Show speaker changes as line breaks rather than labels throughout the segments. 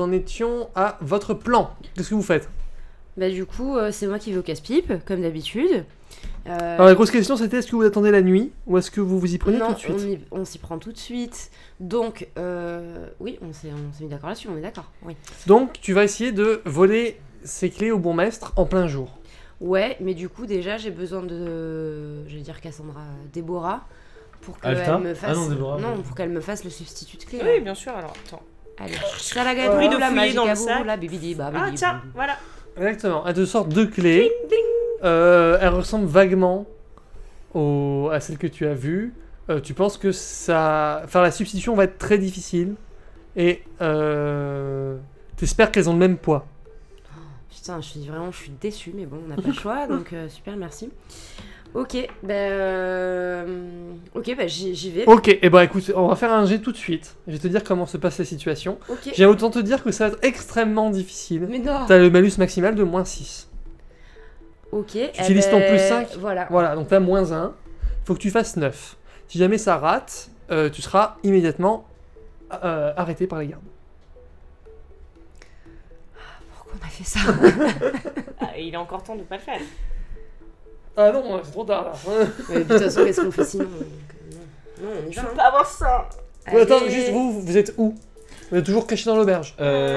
en étions à votre plan. Qu'est-ce que vous faites ?
Bah du coup, c'est moi qui vais au casse-pipe, comme d'habitude.
Alors la grosse question c'était est-ce que vous attendez la nuit ou est-ce que vous vous y prenez
non,
tout de suite ?
on s'y prend tout de suite. Donc, oui, on s'est mis d'accord là-dessus, on est d'accord. Oui.
Donc tu vas essayer de voler ces clés au bourgmestre en plein jour.
Ouais, mais du coup, déjà, j'ai besoin de... Je vais dire Cassandra, Déborah, pour
Alta
qu'elle me fasse...
Ah non, Déborah.
pour qu'elle me fasse le substitut de clé.
Oui, bien sûr, alors attends.
Allez, ça la gagne,
Bruit de
la
fouiller
magie
dans le
cabou,
sac.
la bibidi, bah,
Ah
bibidi,
tiens,
bibidi.
voilà.
Exactement, elles te sortent 2 clés. Elles ressemblent vaguement à celles que tu as vues. Tu penses que faire la substitution va être très difficile et t'espères qu'elles ont le même poids.
Putain, je suis déçue, mais bon, on n'a pas le choix, donc super, merci. Ok, j'y vais.
Ok, et bah écoute, on va faire un jet tout de suite. Je vais te dire comment se passe la situation.
Ok.
J'ai autant te dire que ça va être extrêmement difficile.
Mais non.
T'as le malus maximal de -6.
Ok.
Tu utilises ton plus 5.
Voilà.
Voilà, donc t'as -1. Faut que tu fasses 9. Si jamais ça rate, tu seras immédiatement arrêté par les gardes.
Pourquoi on a fait ça?
Ah, il est encore temps de pas le faire.
Ah non, c'est trop tard là.
Ouais, de toute façon, qu'est-ce qu'on fait sinon? Non, on y
Je
va.
veux pas avoir ça.
Ouais, attends,
Allez.
juste vous êtes où? Vous êtes toujours caché dans l'auberge.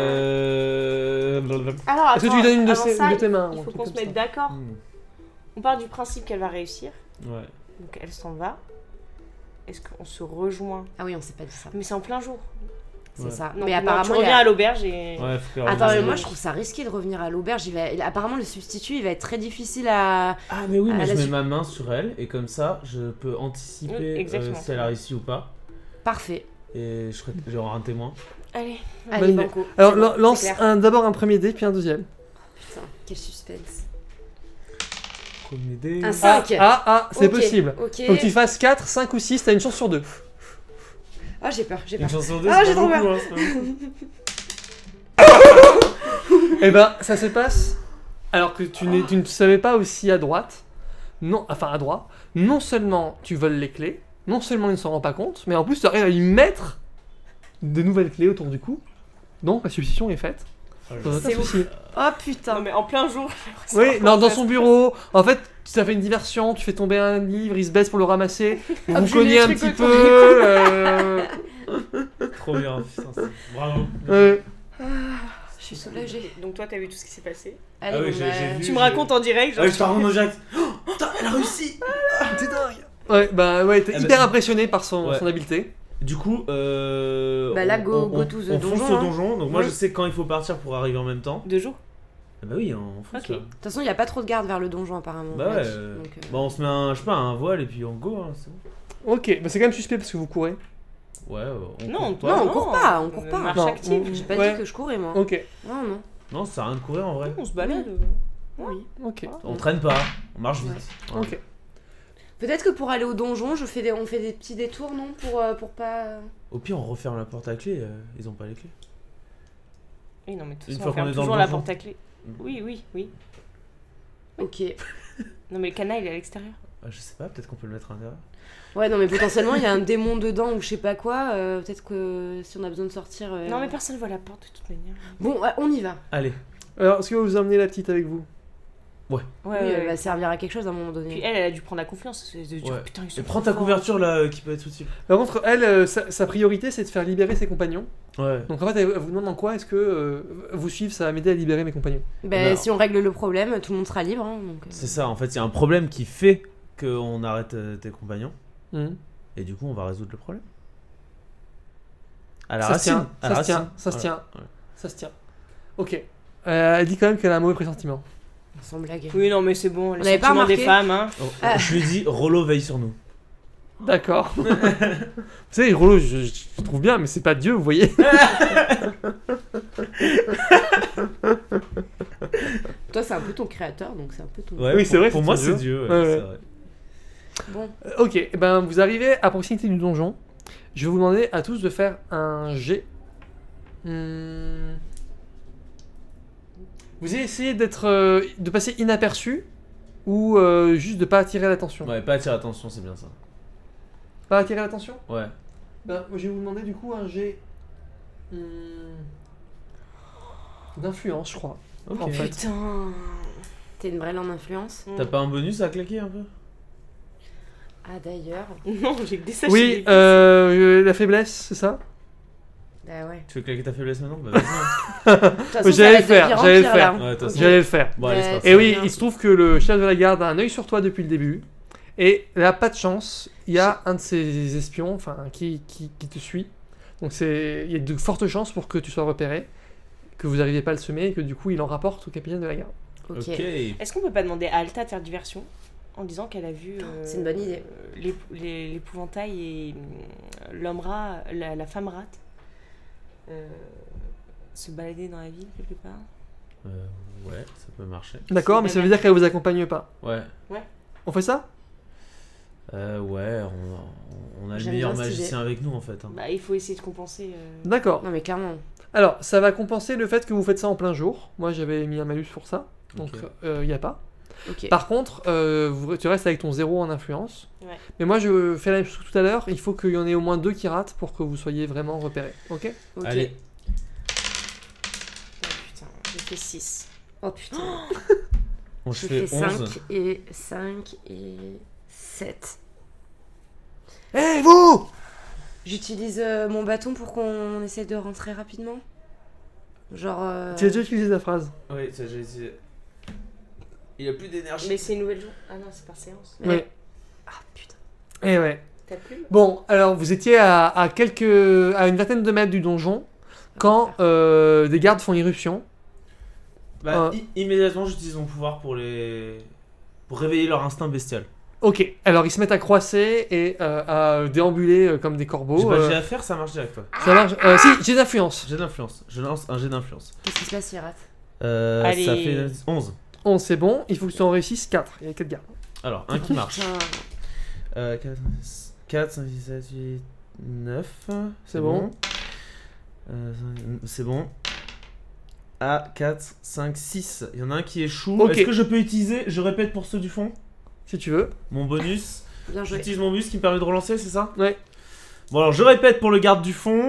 Alors,
Est-ce que tu lui donnes une de,
avant ça,
de tes mains? ou
il
un
faut
truc
qu'on se
comme
mette
ça
d'accord. On part du principe qu'elle va réussir.
Ouais.
Donc elle s'en va. Est-ce qu'on se rejoint?
Ah oui, on s'est pas dit ça.
Mais c'est en plein jour.
C'est
Ouais.
ça.
Donc,
mais
non,
apparemment,
tu reviens à l'auberge et...
Ouais, faut qu'elle
Attends,
revienne.
mais moi je trouve ça risqué de revenir à l'auberge. Apparemment, le substitut, il va être très difficile à.
Ah mais oui,
Ah,
mais
là,
je mets
tu-
ma main sur elle et comme ça, je peux anticiper
Oui, exactement.
si elle a réussi ou pas.
Parfait.
Et j'aurai un témoin.
Allez.
Allez,
idée.
banco.
Alors
C'est bon,
lance
c'est clair.
d'abord un premier dé, puis un deuxième.
Putain, quel suspense.
Premier dé.
Un 5.
C'est
Ok,
possible.
Ok.
Faut que tu fasses 4, 5 ou 6, t'as une chance sur 2.
Ah, j'ai peur, j'ai
Une
peur.
chance sur deux,
Ah,
c'est
j'ai
pas
trop
beaucoup,
peur.
hein, c'est pas beaucoup.
Et ben, ça se passe alors que tu ne savais pas aussi à droite. Non, enfin à droite. Non seulement tu voles les clés, non seulement il ne s'en rend pas compte, mais en plus tu arrives à lui mettre de nouvelles clés autour du cou. Donc la substitution est faite. Sans aucun
C'est
souci.
Oh putain.
Non mais en plein jour.
Oui, dans son bureau. En fait, ça fait une diversion. Tu fais tomber un livre, il se baisse pour le ramasser. Vous vous
je
cognez
l'ai
un
tricoté
petit peu.
Trop bien, putain, bravo.
Je suis soulagée.
Donc toi t'as vu tout ce qui s'est passé.
Allez,
Ah oui,
bon,
j'ai
bah,
vu.
Tu me racontes en direct genre...
Ouais, je te raconte au Jacques. Oh, putain, elle a réussi.
C'est dingue. Ouais, bah ouais, t'es
Ah bah,
hyper impressionné par son
ouais.
habileté.
Du coup,
Bah là, go to the
on
donjon,
fonce au
hein.
donjon. Donc moi,
Oui.
je sais quand il faut partir pour arriver en même temps.
2 jours.
Ah bah oui, on fonce
Ok.
là.
De toute façon, il n'y a pas trop de garde vers le donjon apparemment.
Bah ouais.
là-dessus, donc,
Bah on se met un, je sais pas, un voile et puis on go. Hein, c'est bon.
Ok, bah c'est quand même suspect parce que vous courez.
Ouais, on
Non,
court
Non,
pas.
on court pas, on court pas.
Marche
Non.
active.
J'ai pas
Ouais.
dit que je courais moi.
Ok,
Non, non.
Non, ça sert à rien de courir en vrai.
On se balade.
Oui.
ok,
On traîne pas, on marche vite.
Ouais.
Voilà.
ok.
Peut-être que pour aller au donjon, on fait des petits détours, non, pour pas.
Au pire, on referme la porte à clé, ils ont pas les clés.
Oui non mais de toute
Une
façon
fois
on ferme
qu'on est dans
toujours
le
la
donjon.
porte à clé. Oui.
Ok.
Non mais le canal il est à l'extérieur.
Ah, je sais pas, peut-être qu'on peut le mettre à l'intérieur.
Ouais, non, mais potentiellement il y a un démon dedans ou je sais pas quoi. Peut-être que si on a besoin de sortir.
Non mais personne voit la porte de toute manière.
Bon, ouais, on y va.
Allez.
Alors, est-ce que vous emmenez la petite avec vous?
Ouais,
Oui, elle va servir à quelque chose à un moment donné.
Puis elle a dû prendre la confiance. Elle a dû dire,
Ouais.
putain ils sont
Et prends
trop
ta
forts.
couverture là qui peut être utile.
Par contre, elle, sa priorité, c'est de faire libérer ses compagnons.
Ouais.
Donc en fait, elle vous demande en quoi est-ce que vous suivre, ça va m'aider à libérer mes compagnons.
Ben,
Alors.
si on règle le problème, tout le monde sera libre. Hein, donc,
C'est ça, en fait, il y a un problème qui fait qu'on arrête tes compagnons.
Mhm.
Et du coup, on va résoudre le problème. À la
Ça se
racine.
tient,
à la
ça se tient,
racine.
ça se
Voilà.
tient. Ça se tient. Ok. Elle dit quand même qu'elle a un mauvais pressentiment.
sans blague.
Oui non mais c'est bon. Les
avait pas
sentiments des
remarqué
femmes hein.
Oh, je lui dis, Rollo veille sur nous.
D'accord. Vous savez, Rollo, je trouve bien, mais c'est pas Dieu, vous voyez.
Toi, c'est un peu ton créateur, donc c'est un peu ton.
Ouais,
Oui, c'est vrai,
Pour
c'est
moi,
son
c'est
Dieu.
Dieu.
Ouais,
Ouais,
ouais.
c'est vrai.
Bon.
Ok, eh ben vous arrivez à proximité du donjon. Je vais vous demander à tous de faire un jet. Vous allez essayer de passer inaperçu ou juste de pas attirer l'attention.
Ouais, pas attirer attention, c'est bien ça.
Pas attirer l'attention.
Ouais.
Ben, je vais vous demander du coup un jet. d'influence, je crois.
Ok.
En fait.
Putain. T'es une vraie lame d'influence.
T'as pas un bonus à claquer un peu?
Ah d'ailleurs.
Non, j'ai que des sachets.
Oui, la faiblesse, c'est ça?
Bah ouais.
Tu veux claquer ta faiblesse maintenant? Bah vas-y.
De toute façon, ça
J'allais
va
le
être de
faire,
pire en
j'allais le
pire,
faire.
là.
Ouais, de toute façon.
J'allais le faire.
Bon, allez, c'est
Ouais.
parti.
Et oui,
bien.
il se trouve que le chef de la garde a un œil sur toi depuis le début. Et là, pas de chance, il y a un de ses espions qui te suit. Donc il y a de fortes chances pour que tu sois repéré, que vous n'arriviez pas à le semer et que du coup il en rapporte au capitaine de la garde.
Ok.
Ok.
Est-ce qu'on peut pas demander à Alta de faire diversion en disant qu'elle a vu
C'est une bonne idée.
l'épouvantail et l'homme rat, la femme rate se balader dans la ville quelque part?
Ouais, ça peut marcher.
D'accord, mais ça veut dire qu'elle vous accompagne pas.
Ouais.
On fait ça?
Ouais, on a le
J'aime
meilleur
bien cette
magicien avec nous en fait. Hein.
Bah, il faut essayer de compenser.
D'accord.
Non mais clairement.
Alors, ça va compenser le fait que vous faites ça en plein jour. Moi, j'avais mis un malus pour ça, donc
Ok.
il n'y a pas.
Ok.
Par contre, tu restes avec ton 0 en influence.
Ouais.
Mais moi, je fais la même chose que tout à l'heure. Il faut qu'il y en ait au moins 2 qui ratent pour que vous soyez vraiment repérés. Ok?
Ok.
Allez,
Oh, putain, j'ai fait 6.
Oh putain.
on
Je
fait
fais
11.
5 et 5 et 7.
Hé, vous!
J'utilise mon bâton pour qu'on essaie de rentrer rapidement. Genre.
Tu as déjà utilisé ta phrase.
Oui, ça j'ai essayé. Il a plus d'énergie.
Mais c'est une nouvelle jour. Ah non, c'est par séance.
Ouais.
Oui.
Ah putain.
Eh ouais.
T'as plus?
Bon, alors vous étiez à une vingtaine de mètres du donjon quand des gardes font irruption.
Bah, immédiatement, j'utilise mon pouvoir pour réveiller leur instinct bestial.
Ok, alors ils se mettent à croisser et à déambuler comme des corbeaux.
J'ai pas de jet à faire, ça marche direct. Toi.
Ça marche. Si, j'ai d'influence.
Jet d'influence. Je lance un jet d'influence.
Qu'est-ce qui se passe, Sirat?
Allez.
Ça fait 11.
11, c'est bon. Il faut que tu en réussisses 4. Il y a 4 gardes.
Alors, un qui marche.
Putain.
4, 5, 6, 7, 8, 9.
C'est bon.
C'est bon. Ah, 4, 5, 6. Il y en a un qui échoue.
Ok.
Est-ce que je peux utiliser, je répète pour ceux du fond,
Si tu veux.
mon bonus?
Bien joué.
J'utilise mon bonus qui me permet de relancer, c'est ça?
Ouais.
Bon, alors je répète pour le garde du fond.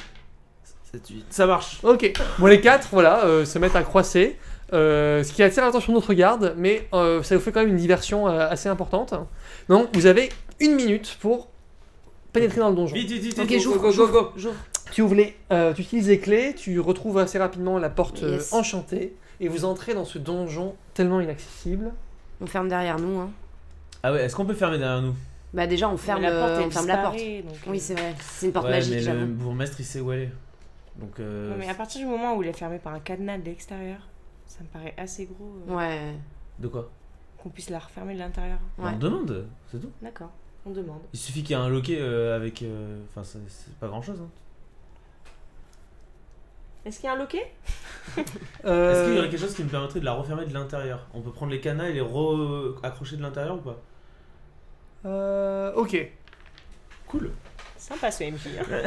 7, 8. Ça marche.
Ok. Bon, les 4, voilà, se mettent à croisser. Ce qui attire l'attention d'autres gardes, mais ça vous fait quand même une diversion assez importante. Donc, vous avez 1 minute pour pénétrer dans le donjon.
Vite, vite, vite.
Ok,
vite.
j'ouvre. J'ouvre.
Tu ouvres tu utilises les clés, tu retrouves assez rapidement la porte
Yes.
enchantée, et vous entrez dans ce donjon tellement inaccessible.
On ferme derrière nous. Hein.
Ah ouais, est-ce qu'on peut fermer derrière nous?
Bah déjà, on ferme,
la porte,
on ferme la porte.
Donc,
Oui, c'est vrai. C'est une porte
Ouais,
magique,
mais le
j'avoue.
bourgmestre il sait où elle est. Donc,
Ouais, mais à partir du moment où il est fermé par un cadenas de l'extérieur, ça me paraît assez gros
Ouais.
de quoi?
qu'on puisse la refermer de l'intérieur.
Ouais.
On demande, c'est tout.
D'accord, on demande.
Il suffit qu'il y ait un loquet avec. Enfin, c'est pas grand chose. Hein.
Est-ce qu'il y a un loquet?
Est-ce qu'il y aurait quelque chose qui me permettrait de la refermer de l'intérieur? On peut prendre les cadenas et les accrocher de l'intérieur ou pas?
Ok.
Cool.
Sympa ce MJ. Hein.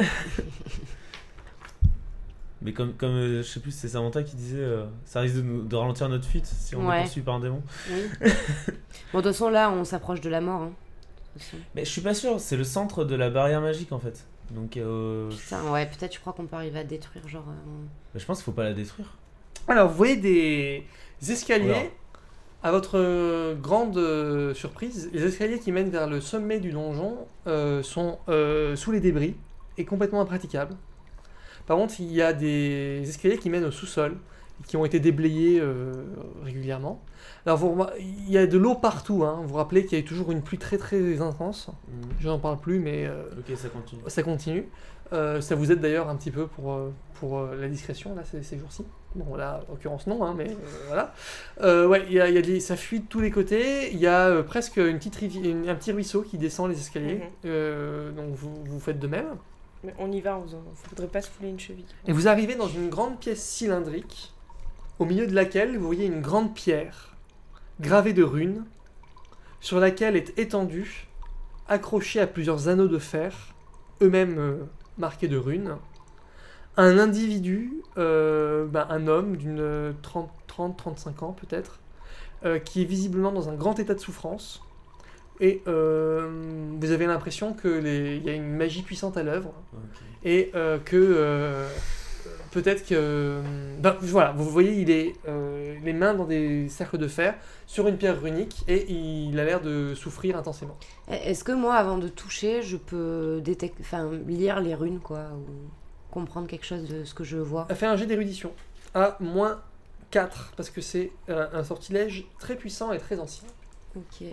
Mais comme je sais plus, c'est Samantha qui disait ça risque de ralentir notre fuite si on est
Ouais.
poursuivi par un démon.
Oui. Bon, de toute façon, là, on s'approche de la mort. Hein. De toute façon.
Mais je suis pas sûr, c'est le centre de la barrière magique en fait. Donc
Putain, ouais, peut-être, je crois qu'on peut arriver à détruire, genre.
je pense qu'il faut pas la détruire.
Alors, vous voyez des escaliers.
Oula.
À votre grande surprise, les escaliers qui mènent vers le sommet du donjon sont sous les débris et complètement impraticables. Par contre, il y a des escaliers qui mènent au sous-sol et qui ont été déblayés régulièrement. Alors, il y a de l'eau partout. Hein. Vous vous rappelez qu'il y a eu toujours une pluie très très intense. Je n'en parle plus, mais
Ok, ça continue.
ça continue. Ça vous aide d'ailleurs un petit peu pour la discrétion là, ces jours-ci. Bon, là, en l'occurrence, non, hein, mais voilà. Ouais, ça fuit de tous les côtés. Il y a presque une petite un petit ruisseau qui descend les escaliers. Donc, vous faites de même.
Mais on y va, faudrait pas se fouler une cheville.
Et vous arrivez dans une grande pièce cylindrique, au milieu de laquelle vous voyez une grande pierre, gravée de runes, sur laquelle est étendue, accrochée à plusieurs anneaux de fer, eux-mêmes marqués de runes, un individu, un homme d'une 30-35 ans peut-être, qui est visiblement dans un grand état de souffrance. Et vous avez l'impression qu'il y a une magie puissante à l'œuvre.
Ok.
Et que peut-être que... Ben, voilà, vous voyez, il est les mains dans des cercles de fer sur une pierre runique et il a l'air de souffrir intensément.
Est-ce que moi, avant de toucher, je peux lire les runes, quoi, ou comprendre quelque chose de ce que je vois?
Fais un jet d'érudition à -4, parce que c'est un sortilège très puissant et très ancien.
Ok.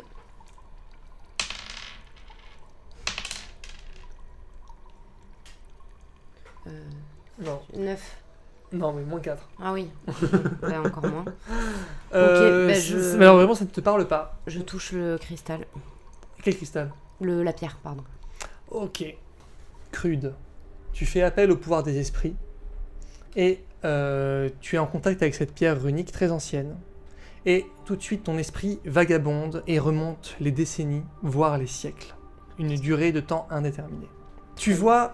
Non,
9.
non mais -4.
Ah oui. Ouais, encore moins.
Mais alors vraiment, ça ne te parle pas.
Je touche le cristal.
Quel cristal?
La pierre, pardon.
Ok. Crude. Tu fais appel au pouvoir des esprits et tu es en contact avec cette pierre runique très ancienne. Et tout de suite, ton esprit vagabonde et remonte les décennies, voire les siècles. Une durée de temps indéterminée. Tu vois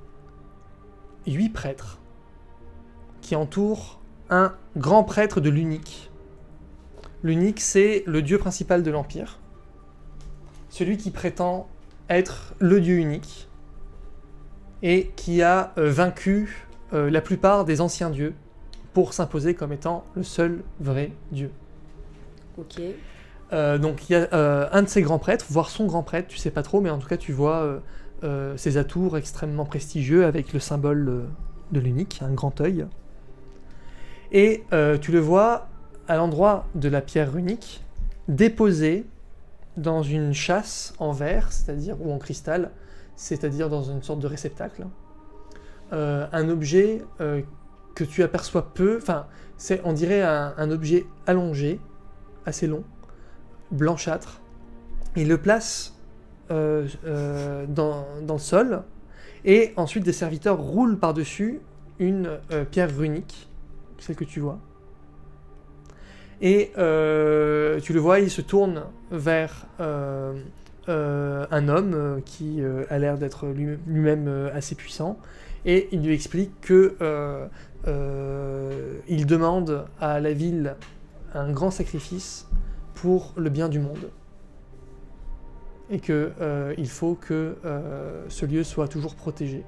8 prêtres qui entourent un grand prêtre de l'Unique. L'Unique, c'est le dieu principal de l'Empire. Celui qui prétend être le dieu unique et qui a vaincu la plupart des anciens dieux pour s'imposer comme étant le seul vrai dieu.
Ok.
Donc il y a un de ces grands prêtres, voire son grand prêtre, tu sais pas trop, mais en tout cas tu vois ses atours extrêmement prestigieux avec le symbole de l'Unique, un grand œil. Et tu le vois à l'endroit de la pierre runique, déposé dans une châsse en verre, c'est-à-dire ou en cristal, c'est-à-dire dans une sorte de réceptacle, un objet que tu aperçois peu, enfin, on dirait un objet allongé, assez long, blanchâtre. Il le place dans le sol, et ensuite des serviteurs roulent par-dessus une pierre runique, celle que tu vois. Et tu le vois, il se tourne vers un homme qui a l'air d'être lui-même assez puissant, et il lui explique que il demande à la ville un grand sacrifice pour le bien du monde. Et que il faut que ce lieu soit toujours protégé.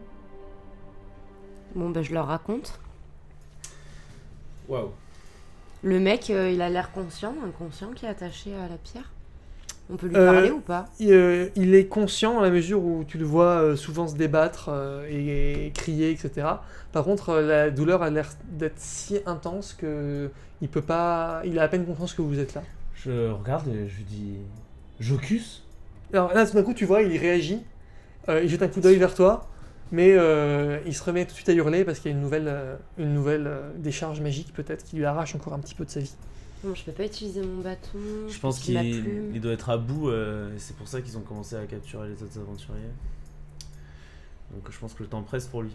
Bon, je leur raconte.
Waouh.
Le mec, il a l'air inconscient qui est attaché à la pierre. On peut lui parler ou pas?
Il est conscient à la mesure où tu le vois souvent se débattre et crier, etc. Par contre, la douleur a l'air d'être si intense que il peut pas. Il a à peine conscience que vous êtes là.
Je regarde et je lui dis Jocus.
Alors là, tout d'un coup, tu vois, il réagit. Il jette un coup d'œil vers toi, mais il se remet tout de suite à hurler parce qu'il y a une nouvelle décharge magique peut-être qui lui arrache encore un petit peu de sa vie.
Non, je peux pas utiliser mon bâton.
Je pense qu'il doit être à bout, et c'est pour ça qu'ils ont commencé à capturer les autres aventuriers. Donc je pense que le temps presse pour lui.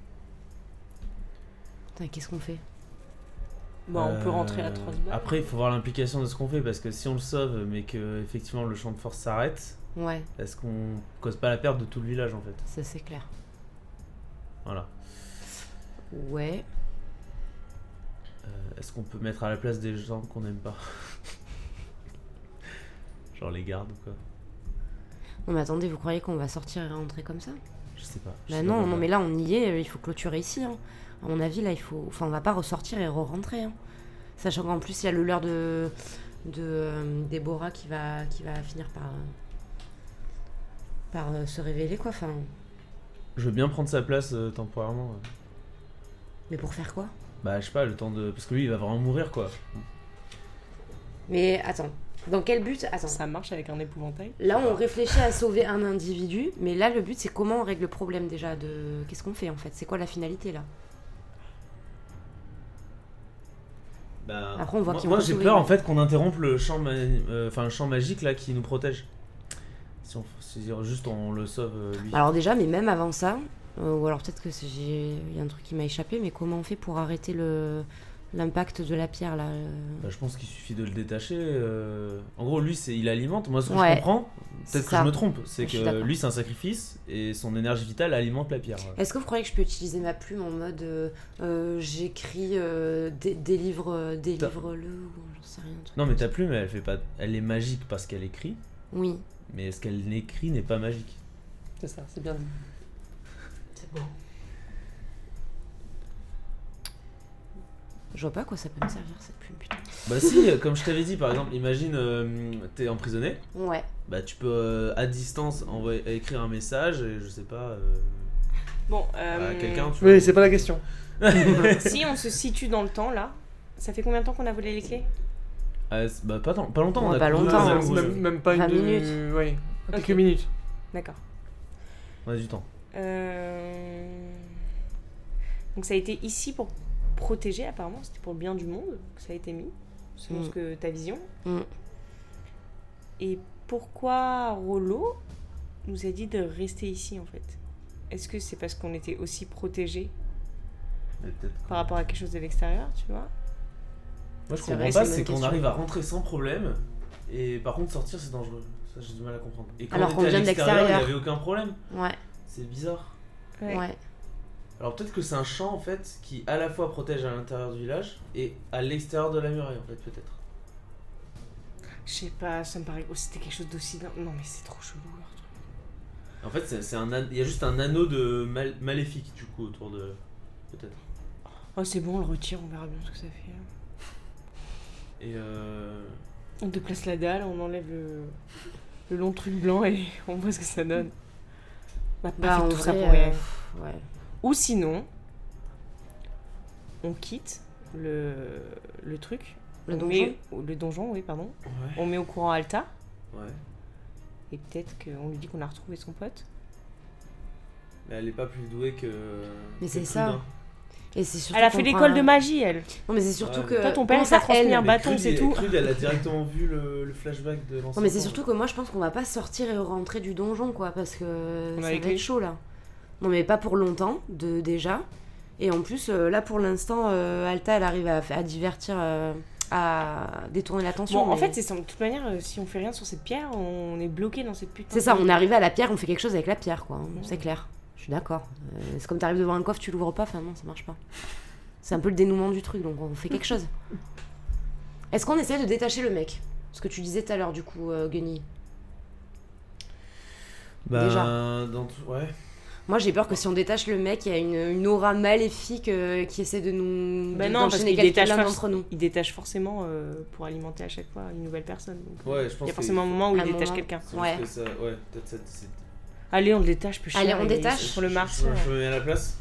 Putain, qu'est-ce qu'on fait?
On peut rentrer à 3 balles.
Après, il faut voir l'implication de ce qu'on fait, parce que si on le sauve, mais que effectivement le champ de force s'arrête,
ouais.
Est-ce qu'on cause pas la perte de tout le village en fait?
Ça c'est clair.
Voilà.
Ouais.
Est-ce qu'on peut mettre à la place des gens qu'on n'aime pas? Genre les gardes ou quoi?
Non mais attendez, vous croyez qu'on va sortir et rentrer comme ça?
Je sais pas.
Bah non, mais là on y est, il faut clôturer ici. Hein. À mon avis, là il faut. Enfin, on va pas ressortir et re-rentrer. Hein. Sachant qu'en plus, il y a le leurre de Déborah qui va finir par se révéler quoi. Enfin.
Je veux bien prendre sa place temporairement. Ouais.
Mais pour faire quoi?
Bah je sais pas, le temps de... Parce que lui il va vraiment mourir quoi.
Mais attends, dans quel but? Attends.
Ça marche avec un épouvantail?
Là on réfléchit à sauver un individu, mais là le but c'est comment on règle le problème déjà de... Qu'est-ce qu'on fait en fait? C'est quoi la finalité là?
Bah,
après on voit
moi j'ai peur en fait qu'on interrompe le champ, le champ magique là qui nous protège. Si juste on le sauve lui.
Alors déjà, mais même avant ça, ou alors peut-être que il y a un truc qui m'a échappé, mais comment on fait pour arrêter l'impact de la pierre là?
Bah, je pense qu'il suffit de le détacher. En gros, lui, il alimente. Moi, ce que je comprends, peut-être que je me trompe, c'est que lui, c'est un sacrifice et son énergie vitale alimente la pierre.
Est-ce que vous croyez que je peux utiliser ma plume en mode j'écris délivre-le ou j'en sais rien.
Non, mais ta plume, elle est magique parce qu'elle écrit.
Oui.
Mais ce qu'elle écrit n'est pas magique.
C'est ça, c'est bien dit.
C'est bon. Je vois pas à quoi ça peut me servir cette plume, putain.
Bah si, comme je t'avais dit, par exemple, imagine t'es emprisonné.
Ouais.
Bah tu peux à distance écrire un message et je sais pas
Bon,
à quelqu'un. Tu vois.
Oui, c'est pas la question.
Si on se situe dans le temps là, ça fait combien de temps qu'on a volé les clés?
Bah pas longtemps.
Ouais,
on a
pas
trouvé
longtemps,
un
hein.
zéro rouge.
Même pas
20
une
minutes.
Oui, quelques
Ok.
minutes.
D'accord.
On a du temps.
Donc ça a été ici pour protéger, apparemment, c'était pour le bien du monde que ça a été mis, selon ce que ta vision. Et pourquoi Rollo nous a dit de rester ici en fait? Est-ce que c'est parce qu'on était aussi protégés par rapport à quelque chose de l'extérieur, tu vois?
Moi je
C'est
comprends
vrai,
pas,
c'est une
c'est
bonne
qu'on
question.
arrive à rentrer sans problème et par contre sortir c'est dangereux. Ça j'ai du mal à comprendre. Et quand
Alors
on
qu'on
était à
vient de
l'extérieur, il n'y
l'extérieur.
avait aucun problème.
Ouais.
C'est bizarre.
Ouais.
Alors peut-être que c'est un champ en fait qui à la fois protège à l'intérieur du village et à l'extérieur de la muraille en fait peut-être.
Je sais pas, ça me paraît. Oh, c'était quelque chose d'aussi. Non, mais c'est trop chelou leur truc.
En fait il y a juste un anneau de maléfique du coup autour de peut-être.
Oh, c'est bon, on le retire, on verra bien ce que ça fait.
Et
On déplace la dalle, on enlève le long truc blanc et on voit ce que ça donne. On n'a pas
Bah,
fait
en
tout ça
vrai,
pour rien.
ouais.
Ou sinon, on quitte le truc.
Le
On
donjon.
met- le donjon, oui, pardon.
ouais.
On met au courant Alta.
Ouais.
Et peut-être qu'on lui dit qu'on a retrouvé son pote.
Mais elle est pas plus douée que.
Mais
que
c'est ça.
Clud, hein.
Et c'est surtout
Elle a
qu'on
fait
prend
l'école
un-
de magie, elle.
Non, mais c'est surtout
Ouais,
que.
mais
toi, ton père,
comment
il t'a
ça,
transmis
elle
un bâton,
Clud,
c'est tout.
Clud, elle a directement vu le flashback de l'ancien.
Non, mais c'est
temps.
surtout que moi je pense qu'on va pas sortir et rentrer du donjon quoi, parce que
On a
ça
les
va
clés.
être chaud là. Non, mais pas pour longtemps, déjà. Et en plus, là pour l'instant, Alta elle arrive à divertir, à détourner l'attention.
Bon, en
mais-
fait, c'est ça. De toute manière, si on fait rien sur cette pierre, on est bloqué dans cette putain.
C'est ça, on est arrivé à la pierre, on fait quelque chose avec la pierre quoi,
Ouais.
c'est clair. Je suis d'accord. C'est comme t'arrives devant un coffre, tu l'ouvres pas, enfin non, ça marche pas. C'est un peu le dénouement du truc, donc on fait quelque chose. Est-ce qu'on essaie de détacher le mec? Ce que tu disais tout à l'heure du coup, Gunny.
Bah,
déjà.
Ouais.
Moi j'ai peur que si on détache le mec, il y a une aura maléfique qui essaie de nous.
Bah
de-
non, parce
d'enchaîner
qu'il détache
l'un
forcément.
d'entre nous.
Il détache forcément pour alimenter à chaque fois une nouvelle personne. Donc,
Ouais, je pense
il y a
que
forcément un moment où il
Un
détache
moment.
quelqu'un.
c'est juste
Ouais.
que ça- ouais, peut-être ça.
Allez, on le détache, peu cher.
Allez, on
il est
détache.
sur le Mars.
Je me mets à la place.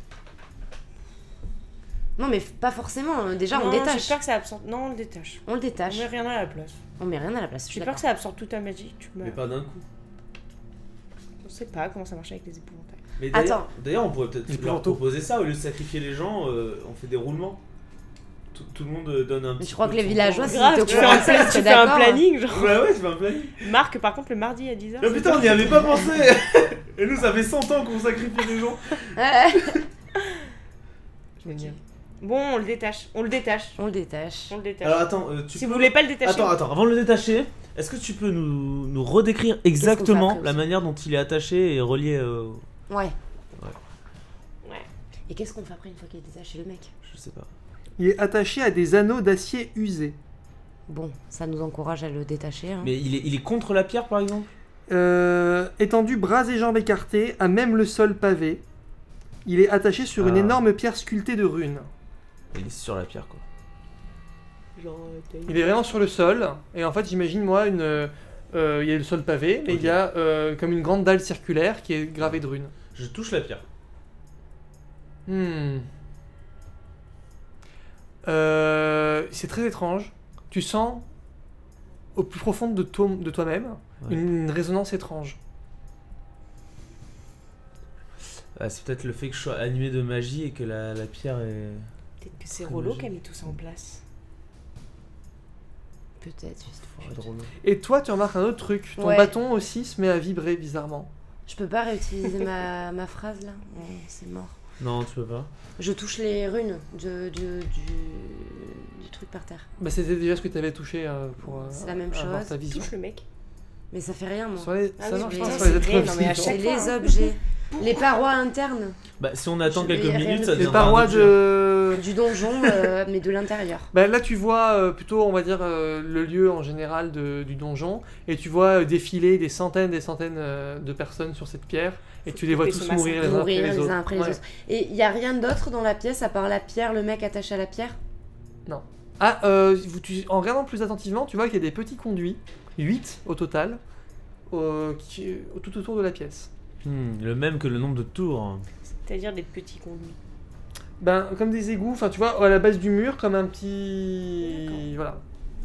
Non mais pas forcément, déjà on
Non, J'ai
détache.
peur que ça absorbe. Non, on le détache.
On le
On
détache.
met rien à la place.
On met rien à la place. je suis
J'ai peur que
d'accord.
ça absorbe toute ta magie. Tu
Mais
meurs.
pas d'un coup.
On sait pas comment ça marche avec les épouvantails.
Mais
Attends.
d'ailleurs, on pourrait peut-être
Les
leur
plantos.
proposer ça au lieu de sacrifier les gens. On fait des roulements. Tout le monde donne un petit.
tu crois
peu
que
de
les
son
villageois,
temps.
c'est-
Grave,
t'es au
tu
courant
fais
de ça,
tu
t'es
fais un
d'accord.
planning, genre.
Ouais, ouais, tu fais un planning.
Marc, par contre, le mardi à 10h.
Ah putain, on n'y avait pas pensé. Et nous, ça fait 100 ans qu'on sacrifie les gens.
Génial. Bon, on le détache. On le détache.
On le détache.
On le détache.
Alors attends, tu
Si
peux...
vous voulez pas le détacher.
Attends, avant de le détacher, est-ce que tu peux nous redécrire exactement
après
la
aussi
manière dont il est attaché et relié
Ouais.
Ouais.
Et qu'est-ce qu'on fait après une fois qu'il est détaché le mec?
Je sais pas.
Il est attaché à des anneaux d'acier usés.
Bon, ça nous encourage à le détacher. Hein.
Mais il est contre la pierre par exemple?
Étendu, bras et jambes écartés, à même le sol pavé. Il est attaché sur une
Ah.
énorme pierre sculptée de runes.
Il est sur la pierre quoi.
Genre,
Il est vraiment sur le sol. Et en fait, j'imagine moi, il y a le sol pavé, mais
Ok.
il y a comme une grande dalle circulaire qui est gravée de runes.
Je touche la pierre.
C'est très étrange. Tu sens au plus profond de toi-même
Ouais.
une résonance étrange.
Ah, c'est peut-être le fait que je sois animé de magie et que la pierre est...
Peut-être que c'est
Très
Rollo
magique.
qui a mis tout ça en place.
Peut-être, juste.
Oh, drôle.
Et toi, tu remarques un autre truc. Ton
Ouais.
bâton aussi se met à vibrer bizarrement.
Je peux pas réutiliser ma phrase là? Oh, c'est mort.
Non, tu peux pas.
Je touche les runes du truc par terre.
Bah, c'était déjà ce que tu avais touché pour
C'est la même
avoir
chose.
ta vision.
Touche le mec.
Mais ça fait rien moi.
Sur les...
Ah
ça
oui,
marche
putain,
pas
c'est
sur les
vrai,
êtres
non, mais à
vivants.
chaque
C'est
fois,
les
hein.
objets. Les parois internes
Bah si on attend
Je
quelques
vais rien
minutes,
de
ça
plus.
Les
deviendra
parois
un objet.
de...
du donjon, mais de l'intérieur.
Bah, là, tu vois plutôt, on va dire, le lieu en général du donjon. Et tu vois défiler des centaines de personnes sur cette pierre. Et tu les vois
Faut
tous
se massacrer.
mourir les uns après les autres.
Et il y a rien d'autre dans la pièce à part la pierre, le mec attaché à la pierre?
Non. Ah, en regardant plus attentivement, tu vois qu'il y a des petits conduits, 8 au total, tout autour de la pièce.
Le même que le nombre de tours.
C'est-à-dire des petits conduits.
Ben, comme des égouts, enfin tu vois, à la base du mur, comme un petit... Voilà.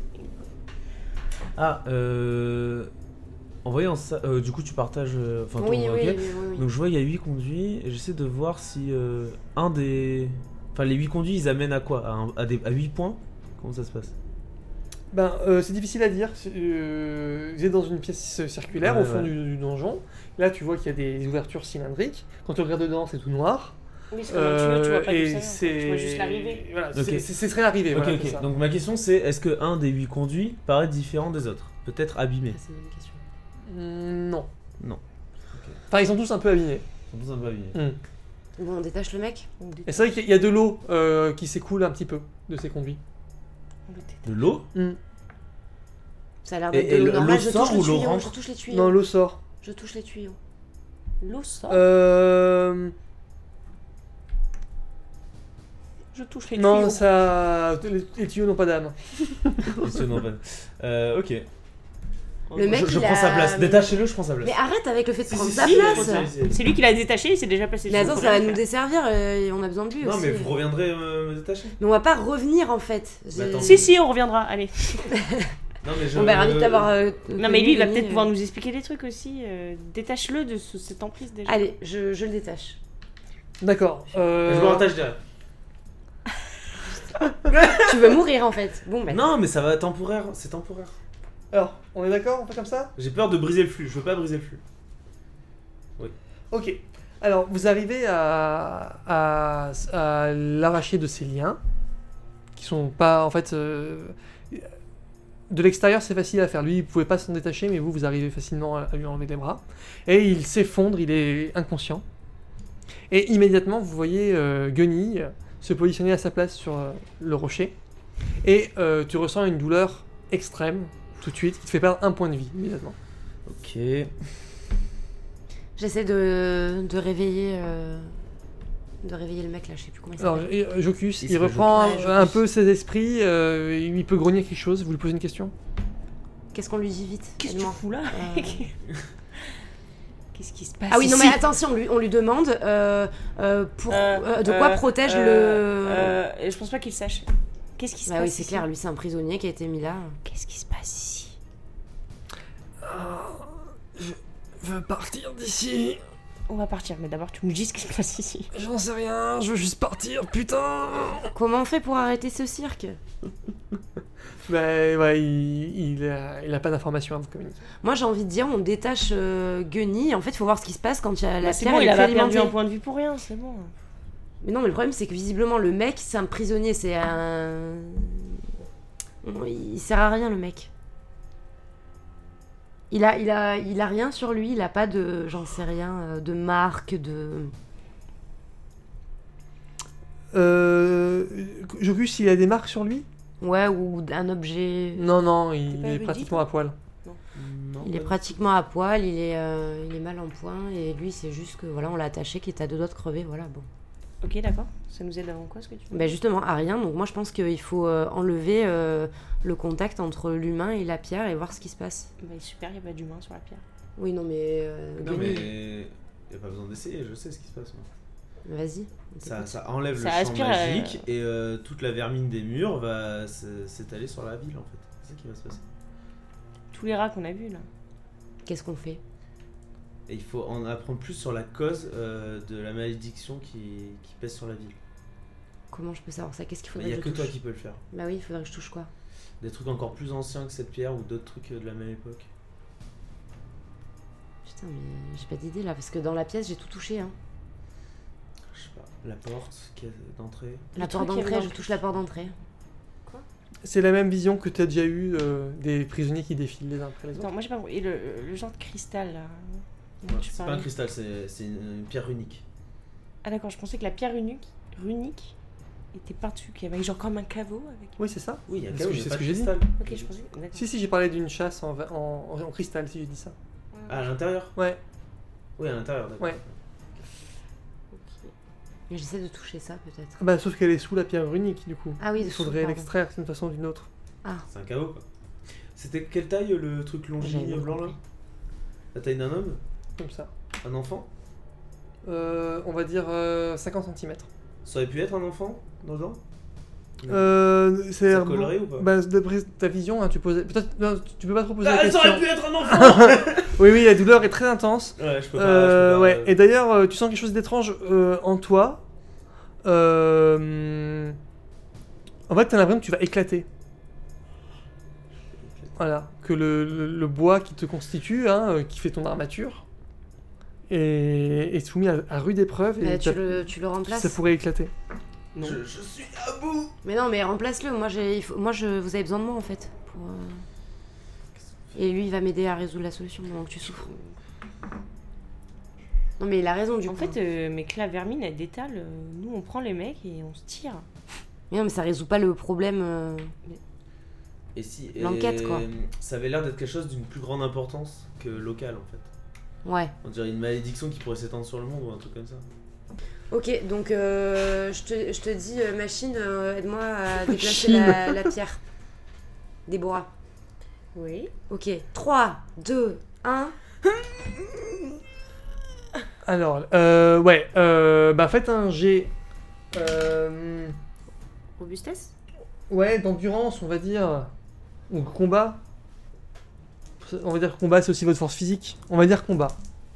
Ah, en voyant ça, du coup tu partages...
Oui.
Donc je vois il y a 8 conduits, et j'essaie de voir si un des... Enfin les 8 conduits ils amènent à quoi? À 8 points? Comment ça se passe?
Ben, c'est difficile à dire. Vous êtes dans une pièce circulaire au fond du donjon. Là, tu vois qu'il y a des ouvertures cylindriques. Quand tu regardes dedans, c'est tout noir.
Oui, c'est comme un tuyau, tu vois pas
et
d'où ça vient, tu vois juste l'arrivée.
Voilà,
Ok.
ce serait l'arrivée.
Ok,
voilà,
ok.
c'est ça.
Donc ma question c'est, est-ce que un des 8 conduits paraît différent des autres? Peut-être abîmé?
C'est une bonne question.
Non.
Non.
Enfin, ils sont tous un peu abîmés.
Ils sont tous un peu abîmés.
Bon, on détache le mec.
Et c'est vrai qu'il y a de l'eau qui s'écoule un petit peu de ces conduits.
De l'eau?
Ça a l'air
Et
d'être de l'eau
l'eau
normale. Je
sort
touche le
ou l'eau
tuyau.
rentre?
Je touche les tuyaux.
Non, l'eau sort.
Je touche les tuyaux.
L'eau sort. Je touche les tuyaux.
Non, ça... Les tuyaux n'ont pas d'âme.
Non, pas. Ok.
Le mec,
je
il
prends
a-
sa place. Détachez-le, je prends sa place.
Mais arrête avec le fait de
Si,
prendre
si,
sa
si,
place.
C'est lui qui l'a détaché, il s'est déjà placé
Mais
dessus,
attends,
faut
ça va
rien
nous
faire.
desservir et on a besoin de lui
Non,
aussi.
mais vous reviendrez me détacher.
Mais on va pas revenir en fait.
Bah, attends.
Si, on reviendra, allez.
Non, mais je.
On va ravi de t'avoir.
Non, mais lui, il va
connu,
peut-être
Denis,
pouvoir nous expliquer des trucs aussi. Détache-le de cette emprise déjà.
Allez, je le détache.
D'accord.
Je me rattache derrière.
Tu veux mourir en fait. Bon, ben.
Non, mais ça va temporaire. C'est temporaire.
Alors, on est d'accord? On fait comme ça?
J'ai peur de briser le flux. Je veux pas briser le flux.
Ok. Alors, vous arrivez à l'arracher de ces liens, qui sont pas, en fait... de l'extérieur, c'est facile à faire. Lui, il pouvait pas s'en détacher, mais vous arrivez facilement à lui enlever les bras. Et il s'effondre, il est inconscient. Et immédiatement, vous voyez Guenille se positionner à sa place sur le rocher. Et tu ressens une douleur extrême, tout de suite, qui te fait perdre 1 point de vie, immédiatement.
Ok.
J'essaie de réveiller. De réveiller le mec là, je sais plus comment il
Alors,
s'appelle.
Jocus,
Il
il
serait
reprend
Jocus.
un peu ses esprits, il peut grogner quelque chose, vous lui posez une question?
Qu'est-ce qu'on lui dit vite?
Qu'est-ce que tu
Aide-moi.
fous là
Euh,
Qu'est-ce qui se passe
Ah oui, non
ici
mais attention, on lui demande de quoi protège le.
Je pense pas qu'il sache. Qu'est-ce qui se
Bah
passe
oui, c'est
ici
clair, lui c'est un prisonnier qui a été mis là.
Qu'est-ce qui se passe ici?
Je veux partir d'ici.
On va partir, mais d'abord tu nous dis ce qui se passe ici.
J'en sais rien, je veux juste partir, putain.
Comment on fait pour arrêter ce cirque?
Bah ouais, il a pas d'informations à vous communiquer.
Moi j'ai envie de dire, on détache Guenille. En fait, il faut voir ce qui se passe quand il y a la
C'est
pierre
bon,
elle
il
est
a
plus
pas perdu
alimentée.
un point de vue pour rien, c'est bon.
Mais non, mais le problème c'est que visiblement le mec, c'est un prisonnier, c'est un. Il sert à rien le mec. Il a rien sur lui, il a pas de, j'en sais rien, de marque, de.
Jocus, il a des marques sur lui?
Ouais, ou un objet.
Non,
T'es
il
pas
est
érudit,
pratiquement
toi
à poil.
Non,
Il est pratiquement à poil, il est mal en point, et lui c'est juste que voilà, on l'a attaché, qui est à 2 doigts de crever, voilà, bon.
Ok, d'accord. Ça nous aide avant quoi, ce que tu fais?
Ben justement, à rien, donc moi je pense qu'il faut enlever le contact entre l'humain et la pierre et voir ce qui se passe.
Bah super, il y a pas d'humain sur la pierre.
Oui, non mais.
Non,
Guenille,
mais. Y a pas besoin d'essayer, je sais ce qui se passe. Moi.
Vas-y. on
Ça
t'écoute.
enlève
Ça
le champ
aspire,
magique et toute la vermine des murs va s'étaler sur la ville en fait. C'est ça qui va se passer.
Tous les rats qu'on a vus là.
Qu'est-ce qu'on fait?
Et il faut en apprendre plus sur la cause de la malédiction qui pèse sur la ville.
Comment je peux savoir ça? Qu'est-ce qu'il
Il
faudrait
n'y a
que
que
je
toi
touche?
qui peux le faire.
Bah oui, il faudrait que je touche quoi?
Des trucs encore plus anciens que cette pierre ou d'autres trucs de la même époque.
Putain, mais j'ai pas d'idée là, parce que dans la pièce j'ai tout touché. Hein.
Je sais pas. La porte d'entrée.
La
Le
porte
truc qui est
d'entrée,
dans
je
le
touche la porte d'entrée.
C'est la même vision que tu as déjà eue des prisonniers qui défilent les uns après les autres.
Attends, moi j'ai pas compris. Et le genre de cristal là. dont
Ouais,
tu
c'est pas
parlais.
un cristal, c'est une pierre unique.
Ah d'accord, je pensais que la pierre runique était par-dessus, qu'il y avait genre comme un caveau avec.
Oui, c'est ça.
Oui, il y a
C'est
qu'à
ce
où
que-
il y a
c'est
pas
ce
de
que j'ai dit.
cristal.
Ok, je pensais. D'accord.
Si, j'ai parlé d'une chasse en cristal, si j'ai dit ça.
Ah, à l'intérieur?
Ouais.
Oui, à l'intérieur, d'accord.
Ouais.
Ok.
Mais j'essaie de toucher ça, peut-être.
Bah, sauf qu'elle est sous la pierre runique, du coup.
Ah oui,
il faudrait l'extraire d'une façon ou d'une autre.
Ah.
C'est un chaos, quoi. C'était quelle taille le truc longiligné blanc là? La taille d'un homme?
Comme ça.
Un enfant?
On va dire 50 cm.
Ça aurait pu être un enfant dedans?
C'est
ça collerait ou pas?
Bah, d'après ta vision, hein, tu posais. Peut-être. Non, tu peux pas trop poser la
ça
question.
aurait pu être un enfant!
Oui, la douleur est très intense.
Ouais, je peux pas.
Ouais. Et d'ailleurs, tu sens quelque chose d'étrange en toi. En fait, t'as l'impression que tu vas éclater. Voilà. Que le bois qui te constitue, hein, qui fait ton armature, est soumis à rude épreuve. Et
tu le remplaces.
Ça pourrait éclater.
Non. Je suis à bout!
Mais non, mais remplace-le. Vous avez besoin de moi en fait. Et lui, il va m'aider à résoudre la solution pendant que tu souffres. Non, mais il a raison du coup.
En fait, mais que la vermine, elle détale. Nous, on prend les mecs et on se tire.
Mais non, mais ça résout pas le problème.
Et si,
l'enquête, quoi.
Ça avait l'air d'être quelque chose d'une plus grande importance que local en fait.
Ouais.
On dirait une malédiction qui pourrait s'étendre sur le monde ou un truc comme ça.
Ok, donc je te dis, machine, aide-moi à déplacer la pierre. Déborah.
Oui.
Ok, 3, 2, 1.
Alors, faites un jet.
Robustesse?
Ouais, d'endurance, on va dire. Ou combat. On va dire que combat, c'est aussi votre force physique. On va dire combat.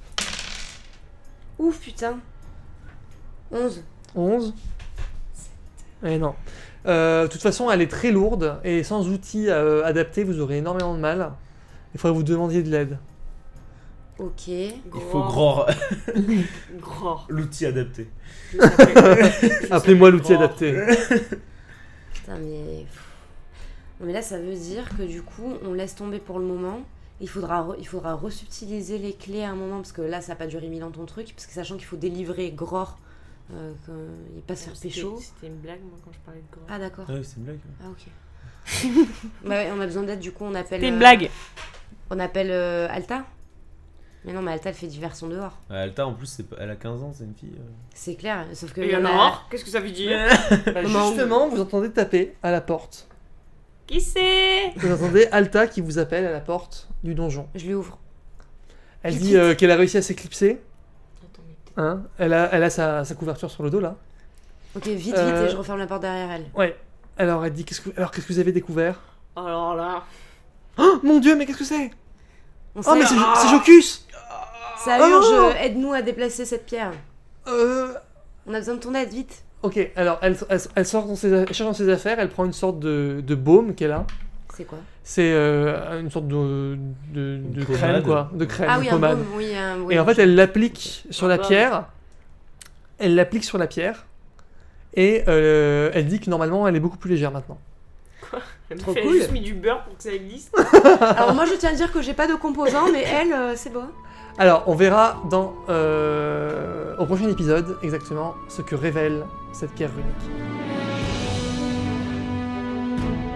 Ouf, putain. 11.
11. Eh non. De toute façon, elle est très lourde et sans outils adaptés, vous aurez énormément de mal. Il faudrait que vous demandiez de l'aide.
Ok.
Il faut Gror.
Gror.
L'outil adapté.
Appelez-moi l'outil adapté.
Putain, mais... Non, mais là, ça veut dire que du coup, on laisse tomber pour le moment. Il faudra resubtiliser les clés à un moment, parce que là, ça n'a pas duré 1000 ans ton truc, parce que sachant qu'il faut délivrer Gror, il pas se faire pécho.
C'était une blague, moi, quand je parlais de Gror.
Ah, d'accord.
Ah oui, c'est une blague.
Ah, ok. Bah ouais, on a besoin d'aide, du coup, on appelle...
C'était une blague.
On appelle Alta. Mais non, mais Alta, elle fait diversion dehors.
Alta, en plus, elle a 15 ans, c'est une fille.
C'est clair, sauf que...
Et alors, qu'est-ce que ça veut dire?
Justement, vous entendez taper à la porte.
Qui c'est?
Vous entendez Alta qui vous appelle à la porte du donjon.
Je lui ouvre.
Elle dit qu'elle a réussi à s'éclipser. Hein, elle a sa couverture sur le dos là.
Ok, vite, et je referme la porte derrière elle.
Ouais. Alors elle dit qu'est-ce que vous avez découvert?
Alors là.
Oh mon dieu, mais qu'est-ce que c'est?
Oh
mais c'est Jocus!
Ça urge, aide-nous à déplacer cette pierre. On a besoin de ton aide, vite.
Ok, alors elle sort elle cherche dans ses affaires, elle prend une sorte de baume qu'elle a.
C'est quoi?
C'est une sorte de crème, quoi. De crème,
ah oui,
de pommade.
Un baume, oui,
et en fait, elle l'applique sur la pierre. Elle l'applique sur la pierre. Et elle dit que normalement, elle est beaucoup plus légère maintenant.
Quoi? Elle
Trop
fait
cool.
juste mis du beurre pour que ça existe.
Alors moi, je tiens à dire que j'ai pas de composants, mais elle, c'est bon.
Alors, on verra au prochain épisode exactement ce que révèle cette pierre runique.